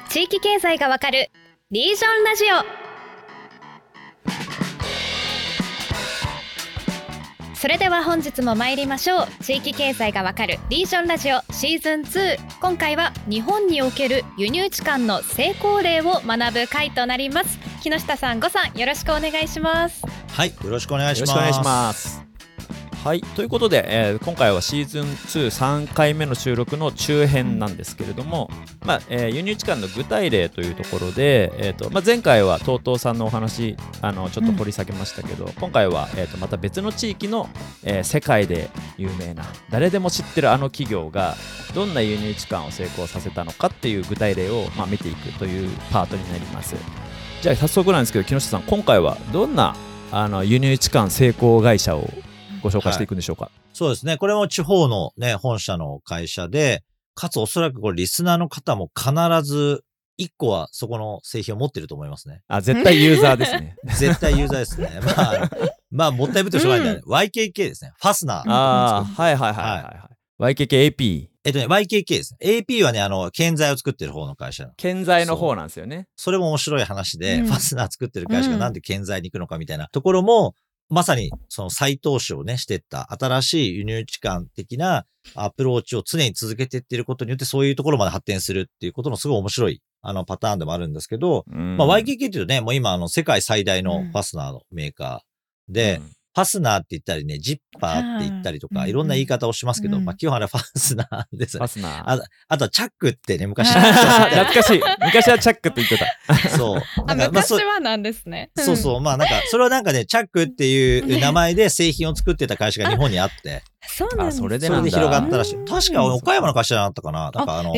地域経済がわかるリージョンラジオ。それでは本日も参りましょう。地域経済がわかるリージョンラジオシーズン2。今回は日本における輸入置換の成功例を学ぶ回となります。木下さん、呉さん、よろしくお願いします。 はい、よろしくお願いします。 よろしくお願いします。はい、ということで、今回はシーズン23回目の収録の中編なんですけれども、輸入置換の具体例というところで、前回は TOTO さんのお話ちょっと掘り下げましたけど、今回は、また別の地域の、世界で有名な誰でも知ってるあの企業がどんな輸入置換を成功させたのかっていう具体例を、見ていくというパートになります。じゃあ早速なんですけど、木下さん、今回はどんな輸入置換成功会社をご紹介していくんでしょうか。 そうですね。これも地方のね、本社の会社で、かつおそらくこれリスナーの方も必ず1個はそこの製品を持ってると思いますね。 絶対ユーザーですね。 絶対ユーザーですね。もったいぶってしょうがないんだね。YKK ですね。ファスナー。 はい。YKKAP。 YKK ですね。AP はね、建材を作ってる方の会社。 建材の方なんですよね。 それも面白い話で、ファスナー作ってる会社がなんで建材に行くのかみたいなところも、まさにその再投資をねしていった新しい輸入置換的なアプローチを常に続けていっていることによってそういうところまで発展するっていうことのすごい面白いパターンでもあるんですけど、YKK っていうとね、もう今世界最大のファスナーのメーカーで、ファスナーって言ったりね、ジッパーって言ったりとか、いろんな言い方をしますけど、基本あれファスナーです。 ファスナー。 あとはチャックってね、昔。 懐かしい。昔はチャックって言ってた。 そう。 昔はなんですね。 そう。それはなんかね、チャックっていう名前で製品を作ってた会社が日本にあって。 そうなんです。 それで広がったらしい。確か岡山の会社じゃなかったかな。なんかあって。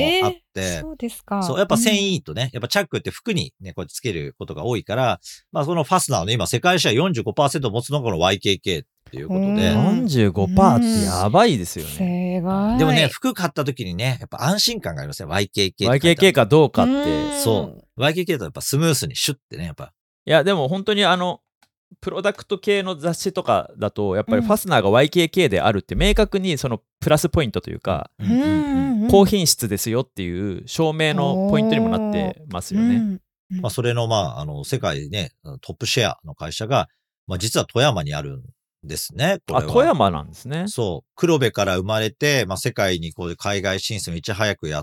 そうですか。 そう、やっぱ繊維とね、やっぱチャックって服にね、こうやってつけることが多いから、そのファスナーの今世界シェア 45% 持つのがこの YKK。っていうことで。 45% ってやばいですよね。 でもね、服買った時にね、やっぱ安心感がありますね。 YKK かどうかって。 そう。YKK だとやっぱスムースにシュッてね、やっぱ。 いや、でも本当にプロダクト系の雑誌とかだと、やっぱりファスナーが YKK であるって明確にそのプラスポイントというか、高品質ですよっていう証明のポイントにもなってますよね。 それの世界ね、トップシェアの会社が、実は富山にあるんですね。これは富山なんですね。 そう。黒部から生まれて、世界にこう海外進出をいち早くやって、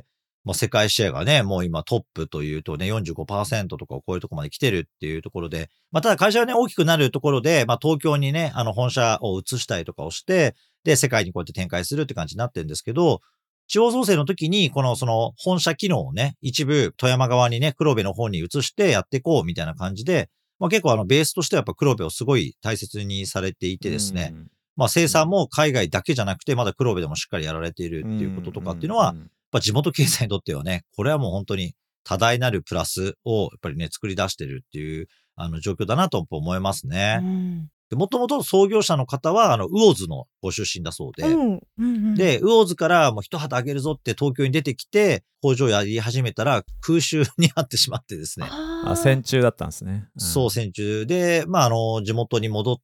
世界シェアがね、もう今トップというとね、45% とかを超えるところまで来てるっていうところで、ただ会社がね、大きくなるところで、東京にね、本社を移したりとかをして、で、世界にこうやって展開するって感じになってるんですけど、地方創生の時に、その本社機能をね、一部富山側にね、黒部の方に移してやっていこうみたいな感じで、結構ベースとしてはやっぱ黒部をすごい大切にされていてですね、生産も海外だけじゃなくて、まだ黒部でもしっかりやられているっていうこととかっていうのは、地元経済にとってはね、これはもう本当に多大なるプラスをやっぱりね、作り出してるっていう状況だなと思いますね。もともと創業者の方は、ウオーズのご出身だそうで、で、ウオーズからもう一旗あげるぞって東京に出てきて、工場やり始めたら空襲にあってしまってですね。 戦中だったんですね。 そう、戦中で、地元に戻って、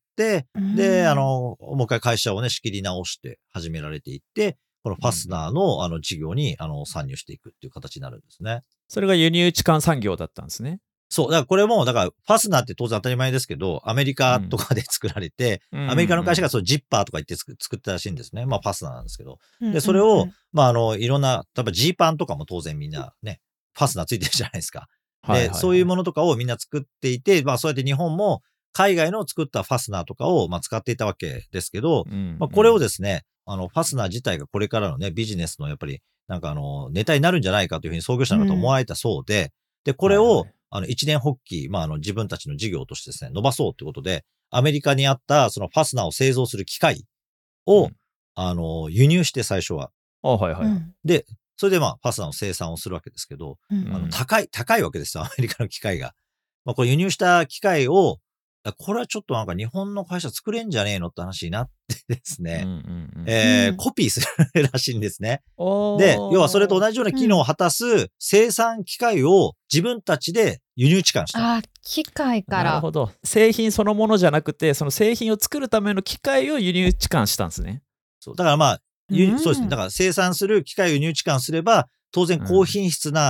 で、もう一回会社をね、仕切り直して始められていって、このファスナーの事業に参入していくっていう形になるんですね。 それが輸入置換産業だったんですね。 そう。だからこれも、ファスナーって当然当たり前ですけど、アメリカとかで作られて、アメリカの会社がジッパーとか言って作ったらしいんですね。ファスナーなんですけど。で、それを、いろんな、例えばジーパンとかも当然みんなね、ファスナーついてるじゃないですか。で、そういうものとかをみんな作っていて、そうやって日本も海外の作ったファスナーとかを、使っていたわけですけど、これをですね、ファスナー自体がこれからのね、ビジネスのやっぱり、ネタになるんじゃないかというふうに創業者の方思われたそうで、で、これを、一年発起、自分たちの事業としてですね、伸ばそうということで、アメリカにあったそのファスナーを製造する機械を、輸入して最初は。で、それでファスナーの生産をするわけですけど、高いわけですよ、アメリカの機械が。これ輸入した機械を、これはちょっとなんか日本の会社作れんじゃねえのって話になってですね、コピーするらしいんですね。で、要はそれと同じような機能を果たす生産機械を自分たちで輸入置換した。 機械から。 なるほど。製品そのものじゃなくて、その製品を作るための機械を輸入置換したんですね。 そう。だからそうですね。だから生産する機械を輸入置換すれば、当然高品質なフ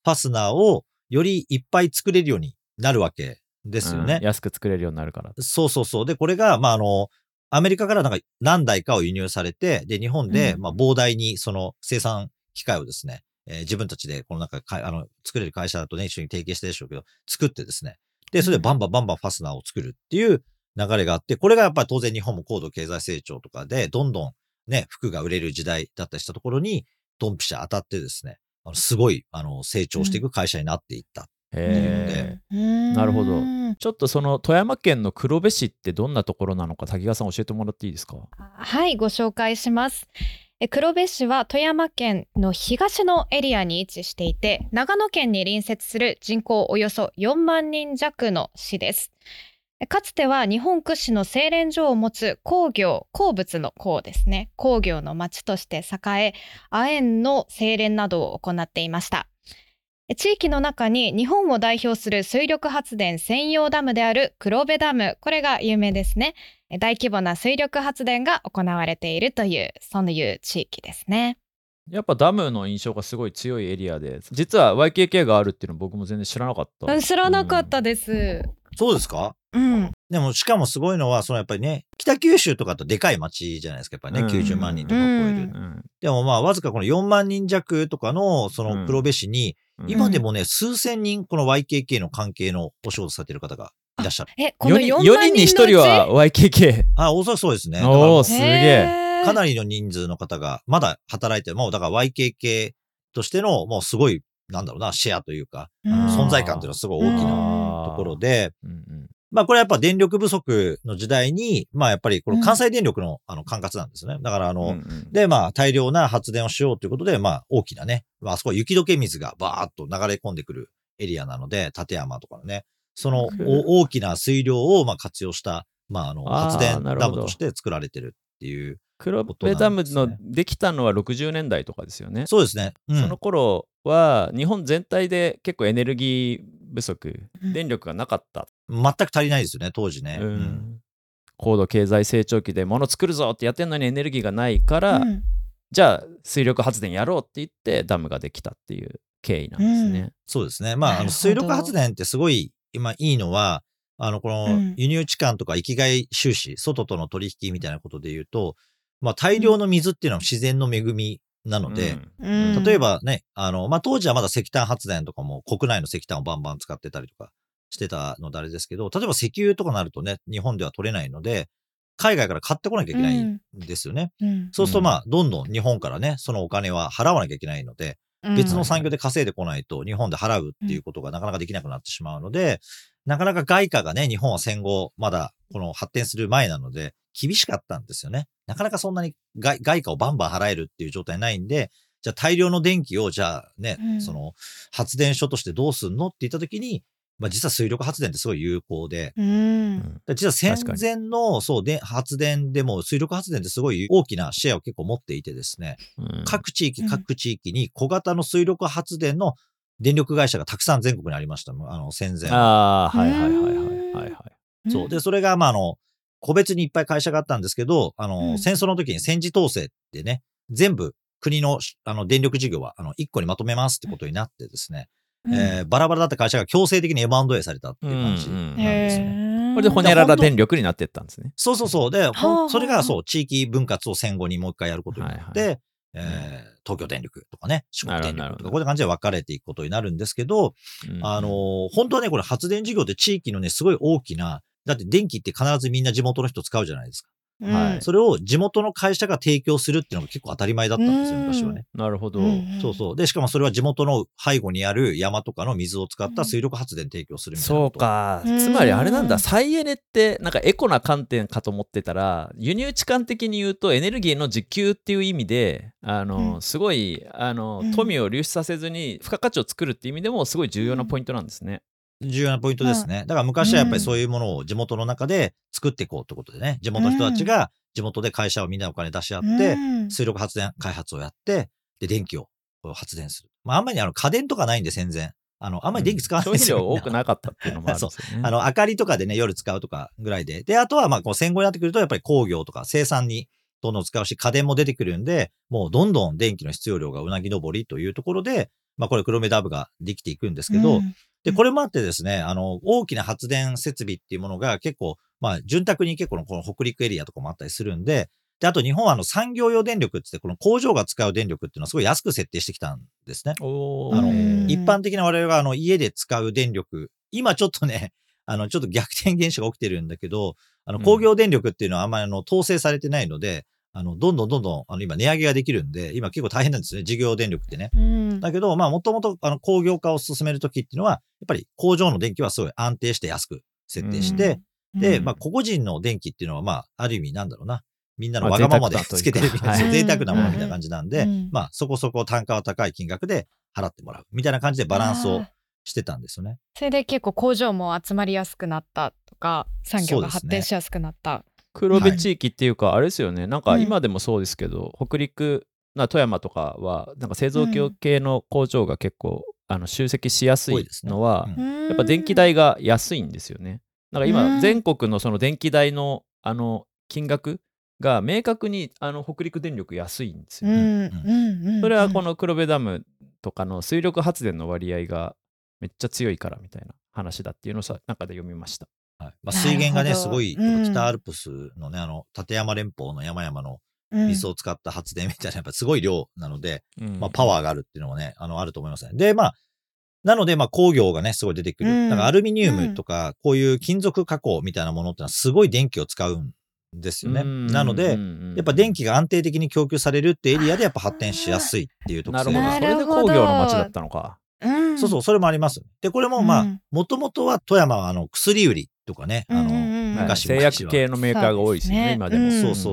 ファスナーをよりいっぱい作れるようになるわけですよね。 安く作れるようになるから。 そうそうそう。で、これが、アメリカからなんか何台かを輸入されて、で、日本で、膨大にその生産機械をですね、自分たちで、この中作れる会社だとね、一緒に提携してるでしょうけど、作ってですね。で、それでバンバンファスナーを作るっていう流れがあって、これがやっぱり当然日本も高度経済成長とかで、どんどんね、服が売れる時代だったりしたところに、ドンピシャ当たってですね、すごい、成長していく会社になっていった。 へえ。なるほど。ちょっとその富山県の黒部市ってどんなところなのか、滝川さん教えてもらっていいですか？ はい、ご紹介します。黒部市は富山県の東のエリアに位置していて、長野県に隣接する人口およそ4万人弱の市です。かつては日本屈指の製錬所を持つ鉱物の鉱ですね、工業の町として栄え、亜鉛の製錬などを行っていました。地域の中に日本を代表する水力発電専用ダムである黒部ダム、これが有名ですね。大規模な水力発電が行われているという、そういう地域ですね。 やっぱダムの印象がすごい強いエリアで、実は YKK があるっていうの僕も全然知らなかった。 知らなかったです。 そうですか？ うん。 でもしかもすごいのは、やっぱりね、北九州とかとでかい町じゃないですか、やっぱりね、90万人とか超える。でもわずかこの4万人弱とかのその黒部市に、今でもね、数千人、この YKK の関係のお仕事されてる方がいらっしゃる。 この4 4人に1人は YKK。 おそらくそうですね。 おー、すげえ。 かなりの人数の方がまだ働いてる。もうだから YKK としての、もうすごい、なんだろうな、シェアというか、存在感というのはすごい大きなところで、これやっぱ電力不足の時代に、やっぱりこの関西電力の管轄なんですね。だからで、大量な発電をしようということで、大きなね、あそこは雪解け水がバーっと流れ込んでくるエリアなので、立山とかのね、その大きな水量を活用した、発電ダムとして作られてるっていう黒部ダムのできたのは60年代とかですよね。 そうですね。 その頃は日本全体で結構エネルギー不足、電力がなかった。 全く足りないですよね、当時ね。 高度経済成長期で物作るぞってやってんのにエネルギーがないから、じゃあ水力発電やろうって言ってダムができたっていう経緯なんですね。 そうですね。水力発電ってすごい今いいのは、この輸入地間とか域外収支、外との取引みたいなことで言うと、大量の水っていうのは自然の恵みなので、例えばね、当時はまだ石炭発電とかも国内の石炭をバンバン使ってたりとかしてたのであれですけど、例えば石油とかなるとね、日本では取れないので、海外から買ってこなきゃいけないんですよね。そうするとどんどん日本からね、そのお金は払わなきゃいけないので、別の産業で稼いでこないと日本で払うっていうことがなかなかできなくなってしまうので、なかなか外貨がね、日本は戦後まだこの発展する前なので厳しかったんですよね。なかなかそんなに外貨をバンバン払えるっていう状態ないんで、じゃあ大量の電気をじゃあね、その発電所としてどうすんのって言ったときに、実は水力発電ってすごい有効で、実は戦前の発電でも水力発電ってすごい大きなシェアを結構持っていてですね、各地域に小型の水力発電の電力会社がたくさん全国にありました。戦前。そう。で、それが個別にいっぱい会社があったんですけど、戦争の時に戦時統制ってね、全部国の電力事業は1個にまとめますってことになってですね、バラバラだった会社が強制的に M&A されたっていう感じなんですよね。 これでホニャララ電力になっていったんですね。 そう。で、それが地域分割を戦後にもう一回やることになって、東京電力とかね、四国電力とか、こういう感じで分かれていくことになるんですけど、本当はね、これ発電事業って地域のね、すごい大きな、だって電気って必ずみんな地元の人使うじゃないですか。それを地元の会社が提供するっていうのが結構当たり前だったんですよ、昔はね。 なるほど。 そう。で、しかもそれは地元の背後にある山とかの水を使った水力発電提供するみたいな。 そうか。つまりあれなんだ、再エネってなんかエコな観点かと思ってたら、輸入地間的に言うとエネルギーの自給っていう意味で、すごい富を流出させずに付加価値を作るっていう意味でもすごい重要なポイントなんですね。 重要なポイントですね。だから昔はやっぱりそういうものを地元の中で作っていこうってことでね、地元の人たちが地元で会社をみんなお金出し合って、水力発電開発をやって、で、電気を発電する。あんまり家電とかないんで戦前。あんまり電気使わないですよ。 消費量多くなかったっていうのもあるんですよね。 明かりとかでね、夜使うとかぐらいで。で、あとはこう戦後になってくると、やっぱり工業とか生産にどんどん使うし、家電も出てくるんで、もうどんどん電気の必要量がうなぎ登りというところで、まあこれ黒部ダムができていくんですけど、で、これもあってですね、大きな発電設備っていうものが結構、まあ潤沢に結構この北陸エリアとかもあったりするんで、で、あと日本は産業用電力って言って、この工場が使う電力っていうのはすごい安く設定してきたんですね。一般的な我々が家で使う電力、今ちょっとね、ちょっと逆転現象が起きてるんだけど、工業電力っていうのはあんまり統制されてないので、どんどん今値上げができるんで、今結構大変なんですね、事業電力ってね。だけど、まあもともと工業化を進めるときっていうのは、やっぱり工場の電気はすごい安定して安く設定して、で、まあ個々人の電気っていうのは、まあある意味なんだろうな、みんなのわがままでつけてるみたいな、贅沢なものみたいな感じなんで、まあそこそこ単価は高い金額で払ってもらうみたいな感じでバランスをしてたんですよね。 それで結構工場も集まりやすくなったとか、産業が発展しやすくなった。 黒部地域っていうか、あれですよね、なんか今でもそうですけど、北陸、富山とかは、なんか製造業系の工場が結構、集積しやすいのは、やっぱ電気代が安いんですよね。なんか今、全国のその電気代の、金額が明確に北陸電力安いんですよね。それはこの黒部ダムとかの水力発電の割合がめっちゃ強いからみたいな話だっていうのを中で読みました。 はい、まあ、水源がね、すごい、北アルプスのね、立山連峰の山々の水を使った発電みたいな、やっぱすごい量なので、まあ、パワーがあるっていうのもね、あると思いますね。で、まあ、なので、まあ、工業がね、すごい出てくる。だからアルミニウムとか、こういう金属加工みたいなものってのはすごい電気を使うんですよね。なので、やっぱ電気が安定的に供給されるってエリアでやっぱ発展しやすいっていう特性が。 なるほど。それで工業の街だったのか。 そうそう、それもあります。で、これもまあ、もともとは富山は薬売りとかね、 昔は製薬系のメーカーが多いですよね、今でも。 そう。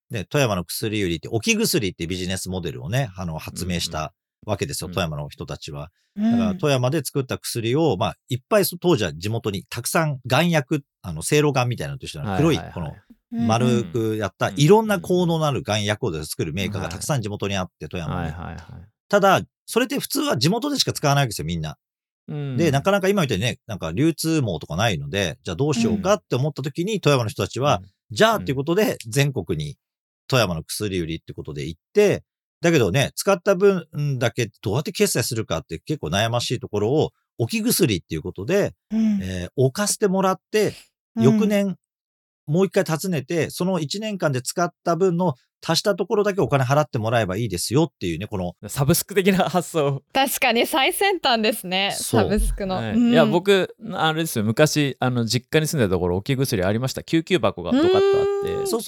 で、富山の薬売りって、置き薬ってビジネスモデルをね、発明したわけですよ、富山の人たちは。だから、富山で作った薬を、まあ、いっぱい当時は地元にたくさん丸薬、せいろがんみたいなのと一緒に黒い、この、丸くやったいろんな効能のある丸薬を作るメーカーがたくさん地元にあって、富山に。ただ、それって普通は地元でしか使わないわけですよ、みんな。で、なかなか今みたいにね、なんか流通網とかないので、じゃあどうしようかって思った時に、富山の人たちは、じゃあっていうことで全国に富山の薬売りってことで行って、だけどね、使った分だけどうやって決済するかって結構悩ましいところを、置き薬っていうことで、置かせてもらって、翌年、もう一回訪ねて、その1年間で使った分の足したところだけお金払ってもらえばいいですよっていうね、この。 サブスク的な発想。 確かに最先端ですね、サブスクの。 いや、僕、あれですよ、昔、実家に住んでたところ、置き薬ありました。救急箱がドカッとあって。 そう。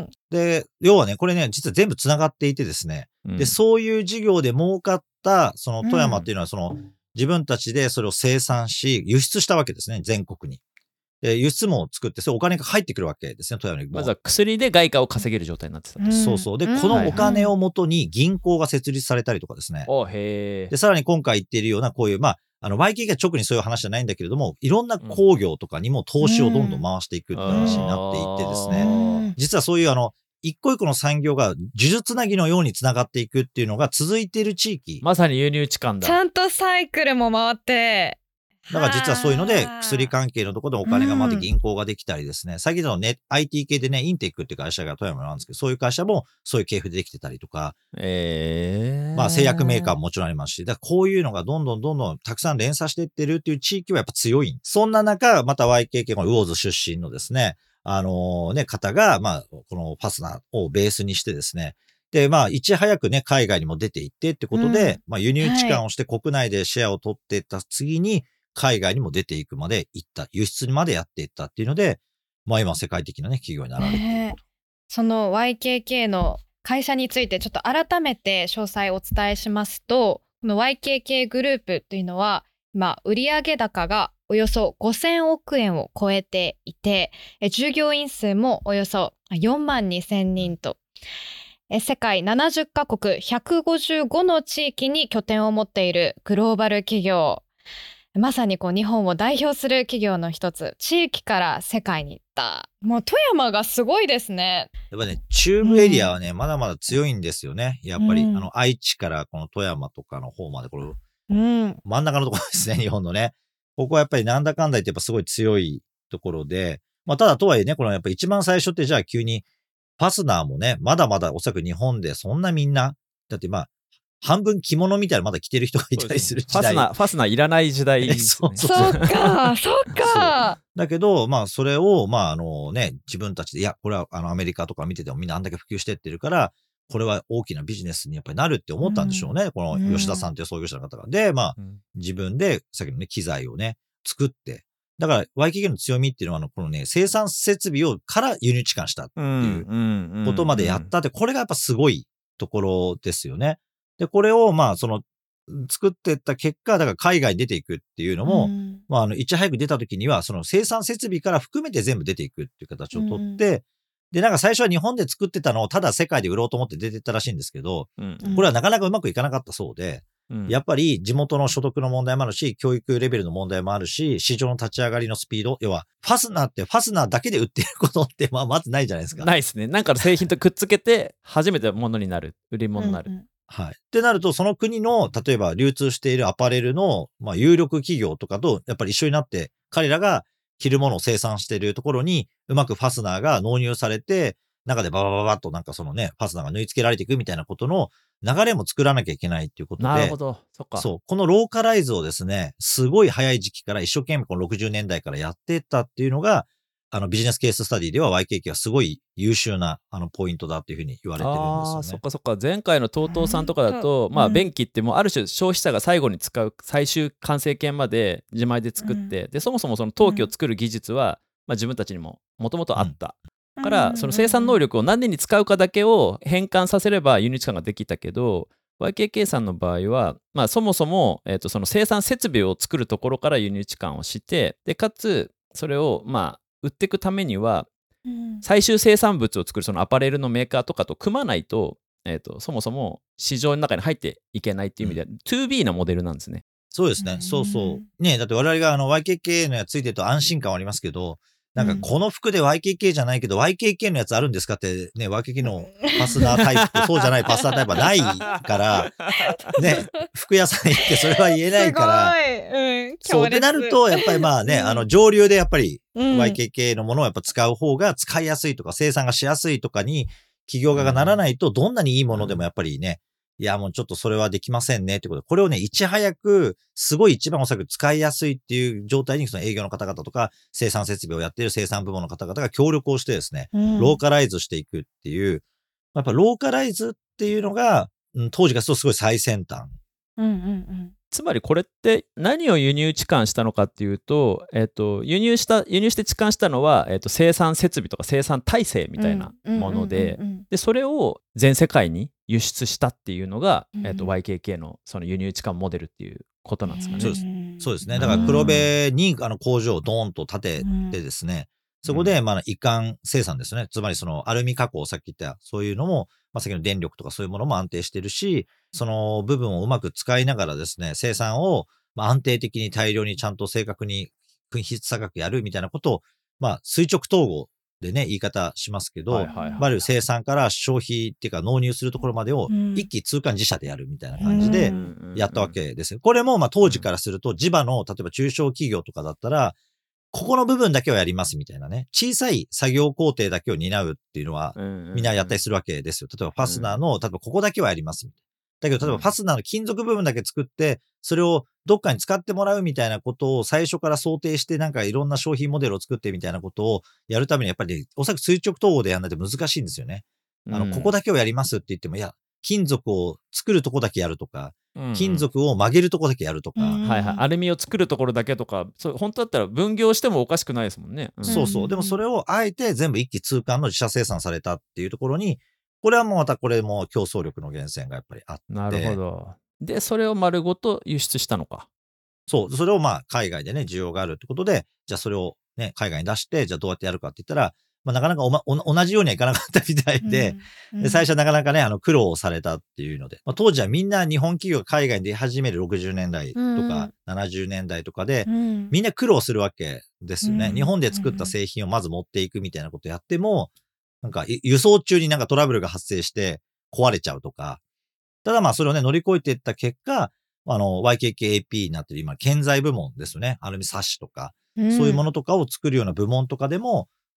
で、要はね、これね、実は全部繋がっていてですね、で、そういう事業で儲かった、その富山っていうのは、自分たちでそれを生産し、輸出したわけですね、全国に。輸出も作って、お金が入ってくるわけですね、富山に。 まずは薬で外貨を稼げる状態になってた。 そう。で、このお金をもとに銀行が設立されたりとかですね。で、さらに今回言っているような、こういう、まあ、YK が直にそういう話じゃないんだけれども、いろんな工業とかにも投資をどんどん回していくって話になっていってですね。実はそういう一個一個の産業が呪術つなぎのようにつながっていくっていうのが続いている地域。 まさに輸入地間だ。 ちゃんとサイクルも回って、 だから実はそういうので、薬関係のところでお金が回って銀行ができたりですね。最近のね、IT 系でね、インテックっていう会社が富山なんですけど、そういう会社もそういう系譜でできてたりとか、まあ製薬メーカーももちろんありますし、だからこういうのがどんどんたくさん連鎖していってるっていう地域はやっぱ強い。そんな中、また YK 系のウォーズ出身のですね、方が、まあ、このファスナーをベースにしてですね、で、まあ、いち早くね、海外にも出ていってってことで、まあ、輸入置換をして国内でシェアを取っていった次に、海外にも出ていくまで行った、輸出までやっていったっていうので、まあ今世界的なね、企業になられていると。 その YKK の会社についてちょっと改めて詳細をお伝えしますと、この YKK グループというのは、今、売上高がおよそ5000億円を超えていて、従業員数もおよそ4万2000人と、世界70カ国155の地域に拠点を持っているグローバル企業。まさにこう日本を代表する企業の一つ、地域から世界に行った。もう富山がすごいですね。 やっぱね、中部エリアはね、まだまだ強いんですよね。やっぱり、愛知からこの富山とかの方まで、これ、真ん中のところですね、日本のね。ここはやっぱりなんだかんだ言ってやっぱすごい強いところで、まあただとはいえね、このやっぱ一番最初ってじゃあ急にファスナーもね、まだまだおそらく日本でそんなみんな、だって半分着物みたいなまだ着てる人がいたりする時代。 ファスナーいらない時代ですね。 そうか、そうか。 だけど、それを、自分たちで、いや、これはアメリカとか見ててもみんなあんだけ普及してってるから、これは大きなビジネスにやっぱりなるって思ったんでしょうね。この吉田さんっていう創業者の方が。で、自分で、さっきのね、機材をね、作って、だから YKK の強みっていうのは、このね、生産設備から輸入置換したっていうことまでやったって、これがやっぱすごいところですよね。で、これを、作っていった結果、だから海外に出ていくっていうのも、いち早く出た時には、その生産設備から含めて全部出ていくっていう形をとって、で、最初は日本で作ってたのをただ世界で売ろうと思って出てったらしいんですけど、これはなかなかうまくいかなかったそうで、やっぱり地元の所得の問題もあるし、教育レベルの問題もあるし、市場の立ち上がりのスピード、要は、ファスナーだけで売ってることって、まずないじゃないですか。 ないですね。なんか製品とくっつけて、初めて物になる、売り物になる。 はい。ってなると、その国の、例えば流通しているアパレルの、有力企業とかと、やっぱり一緒になって、彼らが着るものを生産しているところに、うまくファスナーが納入されて、中でババババッとファスナーが縫い付けられていくみたいなことの流れも作らなきゃいけないっていうことで。 なるほど。そっか。 そう。このローカライズをですね、すごい早い時期から一生懸命この60年代からやっていったっていうのが、ビジネスケーススタディでは YKK はすごい優秀なポイントだっていうふうに言われてるんですよね。 そっかそっか。前回の TOTO さんとかだと、便器ってもうある種消費者が最後に使う最終完成形まで自前で作って、で、そもそもその陶器を作る技術は、自分たちにももともとあった。から、その生産能力を何年に使うかだけを変換させれば輸入置換ができたけど、YKK さんの場合は、そもそも、その生産設備を作るところから輸入置換をして、で、かつ、それを、売っていくためには、最終生産物を作るそのアパレルのメーカーとかと組まないと、そもそも市場の中に入っていけないっていう意味で、2B なモデルなんですね。 そうですね。そうそう。ね、だって我々がYKK のやつついてると安心感はありますけど、この服で YKK じゃないけど YKK のやつあるんですかってね、YKK のファスナータイプとそうじゃないファスナータイプはないから、ね、服屋さん行ってそれは言えないから。そうってなると、やっぱり上流でやっぱり YKK のものをやっぱ使う方が使いやすいとか生産がしやすいとかに企業側がならないと、どんなにいいものでもやっぱりね、いや、もうちょっとそれはできませんねってことで、これをね、いち早く、すごい一番おそらく使いやすいっていう状態に、その営業の方々とか、生産設備をやっている生産部門の方々が協力をしてですね、ローカライズしていくっていう、やっぱローカライズっていうのが、当時からするとすごい最先端。 つまりこれって何を輸入置換したのかっていうと、輸入して置換したのは、生産設備とか生産体制みたいなもので、それを全世界に輸出したっていうのが、YKK のその輸入置換モデルっていうことなんですかね。 そうですね。だから黒部に工場をドーンと建ててですね、そこで移管生産ですね。つまりそのアルミ加工、さっき言ったそういうのも、さっきの電力とかそういうものも安定してるし、その部分をうまく使いながらですね、生産を安定的に大量にちゃんと正確に品質高くやるみたいなことを、垂直統合でね、言い方しますけど、生産から消費っていうか納入するところまでを一気通貫自社でやるみたいな感じでやったわけですよ。これも当時からすると地場の例えば中小企業とかだったら、ここの部分だけをやりますみたいなね。小さい作業工程だけを担うっていうのは、みんなやったりするわけですよ。例えばファスナーの、例えばここだけはやりますみたいな。だけど、例えばファスナーの金属部分だけ作って、それをどっかに使ってもらうみたいなことを最初から想定して、いろんな商品モデルを作ってみたいなことをやるために、やっぱり、おそらく垂直統合でやらないと難しいんですよね。ここだけをやりますって言っても、いや、金属を作るとこだけやるとか、金属を曲げるとこだけやるとか、 アルミを作るところだけとか、本当だったら分業してもおかしくないですもんね。 そうそう。でもそれをあえて全部一気通貫の自社生産されたっていうところに、これはもうまたこれも競争力の源泉がやっぱりあって。 なるほど。で、それを丸ごと輸出したのか。 そう。それを海外でね、需要があるってことで、じゃあそれをね、海外に出して、じゃあどうやってやるかって言ったら、なかなか同じようにはいかなかったみたいで、で最初はなかなかね、苦労をされたっていうので、当時はみんな日本企業が海外に出始める60年代とか70年代とかで、みんな苦労するわけですよね。日本で作った製品をまず持っていくみたいなことやっても、輸送中にトラブルが発生して壊れちゃうとか、ただそれをね、乗り越えていった結果、YKKAP になってる今、建材部門ですよね。アルミサッシとか、そういうものとかを作るような部門とかでも、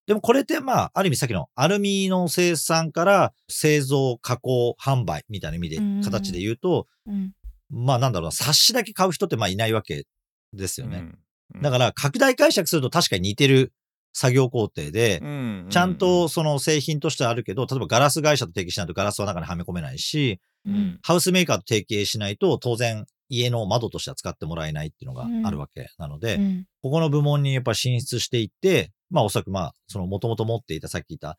でもこれってまあ、ある意味さっきのアルミの生産から製造、加工、販売みたいな意味で、形で言うと、まあなんだろうな、冊子だけ買う人ってまあいないわけですよね。だから拡大解釈すると確かに似てる作業工程で、ちゃんとその製品としてあるけど、例えばガラス会社と提携しないとガラスは中にはめ込めないし、ハウスメーカーと提携しないと当然家の窓としては使ってもらえないっていうのがあるわけなので、ここの部門にやっぱ進出していって、まあおそらくまあ、その元々持っていたさっき言った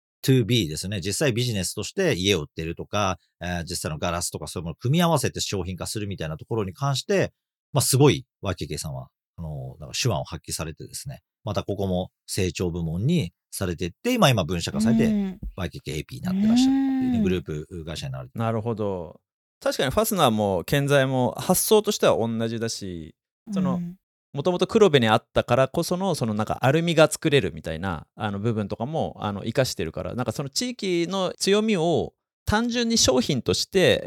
2B ですね。実際ビジネスとして家を売ってるとか、実際のガラスとかそういうものを組み合わせて商品化するみたいなところに関して、まあすごい YKK さんは、なんか手腕を発揮されてですね、またここも成長部門にされていって、今分社化されて YKKAP になってらっしゃるっていうね、グループ会社になる。 なるほど。確かにファスナーも建材も発想としては同じだし、その、もともと黒部にあったからこその、そのなんかアルミが作れるみたいな部分とかも活かしてるから、なんかその地域の強みを単純に商品として、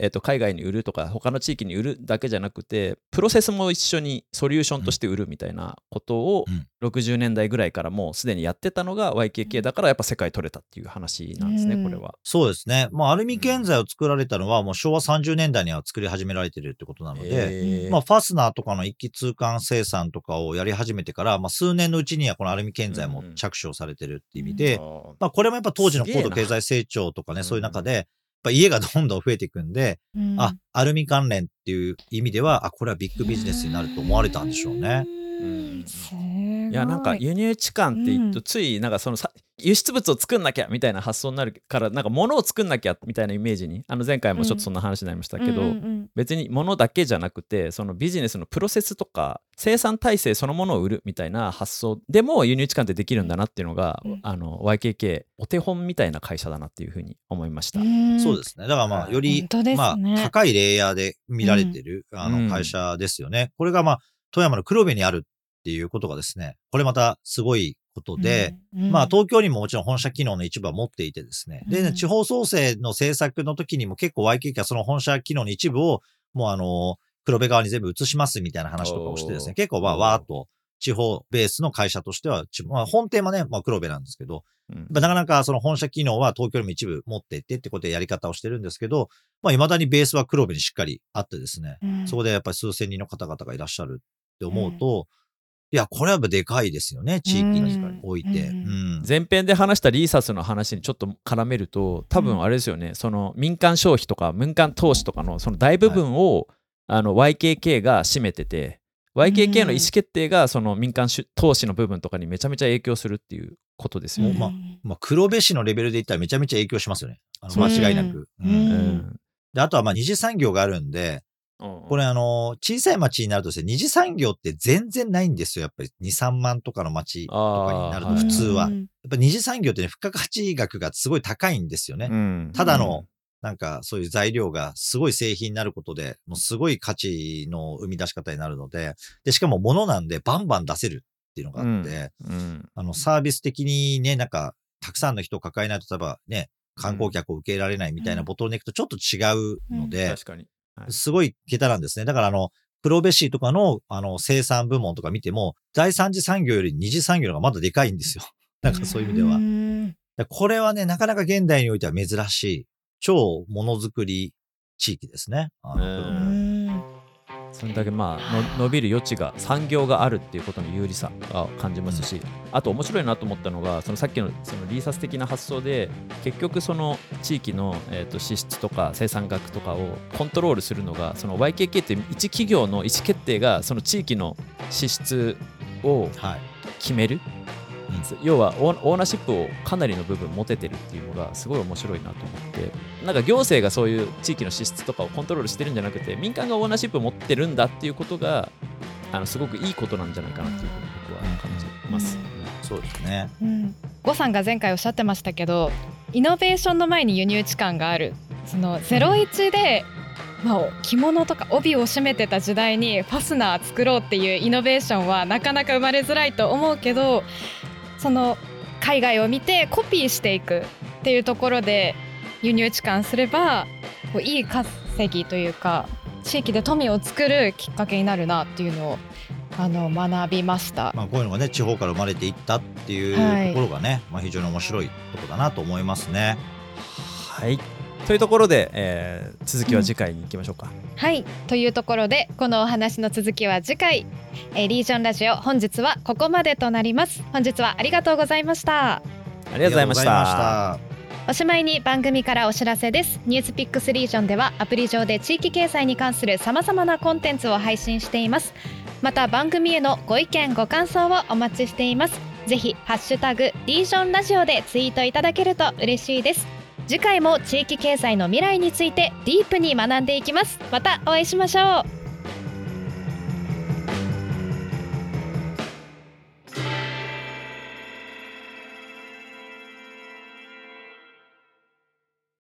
海外に売るとか他の地域に売るだけじゃなくて、プロセスも一緒にソリューションとして売るみたいなことを60年代ぐらいからもうすでにやってたのが YKK だから、やっぱ世界取れたっていう話なんですね、これは。 そうですね。まあアルミ建材を作られたのはもう昭和30年代には作り始められてるってことなので、まあファスナーとかの一気通貫生産とかをやり始めてから、まあ数年のうちにはこのアルミ建材も着手をされてるっていう意味で、まあこれもやっぱ当時の高度経済成長とかね、そういう中で、家がどんどん増えていくんで、アルミ関連っていう意味では、これはビッグビジネスになると思われたんでしょうね。 いや、なんか輸入置換って言うと、ついなんかその輸出物を作んなきゃみたいな発想になるから、なんか物を作んなきゃみたいなイメージに、前回もちょっとそんな話になりましたけど、別に物だけじゃなくて、そのビジネスのプロセスとか生産体制そのものを売るみたいな発想でも輸入置換ってできるんだなっていうのが、YKK お手本みたいな会社だなっていうふうに思いました。 そうですね。だからまあより、まあ高いレイヤーで見られてる会社ですよね。これがまあ富山の黒部にあるっていうことがですね、これまたすごいことで、まあ東京にももちろん本社機能の一部は持っていてですね、で、地方創生の政策の時にも結構 YKK はその本社機能の一部をもう黒部側に全部移しますみたいな話とかをしてですね、結構わーっと地方ベースの会社としては、まあ、本店はね、まあ黒部なんですけど、なかなかその本社機能は東京にも一部持っていってってことでやり方をしてるんですけど、まあ未だにベースは黒部にしっかりあってですね、そこでやっぱり数千人の方々がいらっしゃるって思うと、いや、これはやっぱでかいですよね、地域において。 前編で話したリーサスの話にちょっと絡めると、多分あれですよね、その民間消費とか民間投資とかのその大部分を、YKK が占めてて、YKK の意思決定がその民間投資の部分とかにめちゃめちゃ影響するっていうことですよね。 まあ、黒部市のレベルで言ったらめちゃめちゃ影響しますよね。間違いなく。で、あとはまあ二次産業があるんで、これ小さい町になるとですね、二次産業って全然ないんですよ。やっぱり2、3万とかの町とかになると普通は。やっぱ二次産業ってね、付加価値額がすごい高いんですよね。ただの、なんかそういう材料がすごい製品になることで、もうすごい価値の生み出し方になるので、で、しかも物なんでバンバン出せるっていうのがあって、サービス的にね、なんか、たくさんの人を抱えないと、例えばね、観光客を受け入れられないみたいなボトルネックとちょっと違うので、 確かに。 すごい桁なんですね。だから黒部市とかの生産部門とか見ても、第三次産業より二次産業の方がまだでかいんですよ。なんかそういう意味では。これはね、なかなか現代においては珍しい、超ものづくり地域ですね。 それだけまあ伸びる余地が、産業があるっていうことの有利さが感じますし、あと面白いなと思ったのが、そのさっきのそのリーサス的な発想で、結局その地域の支出とか生産額とかをコントロールするのが、その YKK って一企業の意思決定がその地域の支出を決める。要はオーナーシップをかなりの部分持ててるっていうのがすごい面白いなと思って、なんか行政がそういう地域の支出とかをコントロールしてるんじゃなくて、民間がオーナーシップを持ってるんだっていうことがすごくいいことなんじゃないかなっていうふうに僕は感じます。 そうですね。 呉さんが前回おっしゃってましたけど、イノベーションの前に輸入置換がある、その01で、着物とか帯を締めてた時代にファスナー作ろうっていうイノベーションはなかなか生まれづらいと思うけど、その海外を見てコピーしていくっていうところで輸入置換すれば、いい稼ぎというか地域で富を作るきっかけになるなっていうのを学びました。 こういうのがね地方から生まれていったっていうところがね、非常に面白いところだなと思いますね。 はい、というところで、続きは次回に行きましょうか。 はいというところでこのお話の続きは次回、リージョンラジオ本日はここまでとなります。本日はありがとうございました。 ありがとうございました。 おしまいに番組からお知らせです。ニュースピックスリージョンではアプリ上で地域経済に関する様々なコンテンツを配信しています。また番組へのご意見ご感想をお待ちしています。ぜひハッシュタグリージョンラジオでツイートいただけると嬉しいです。次回も地域経済の未来についてディープに学んでいきます。またお会いしましょう。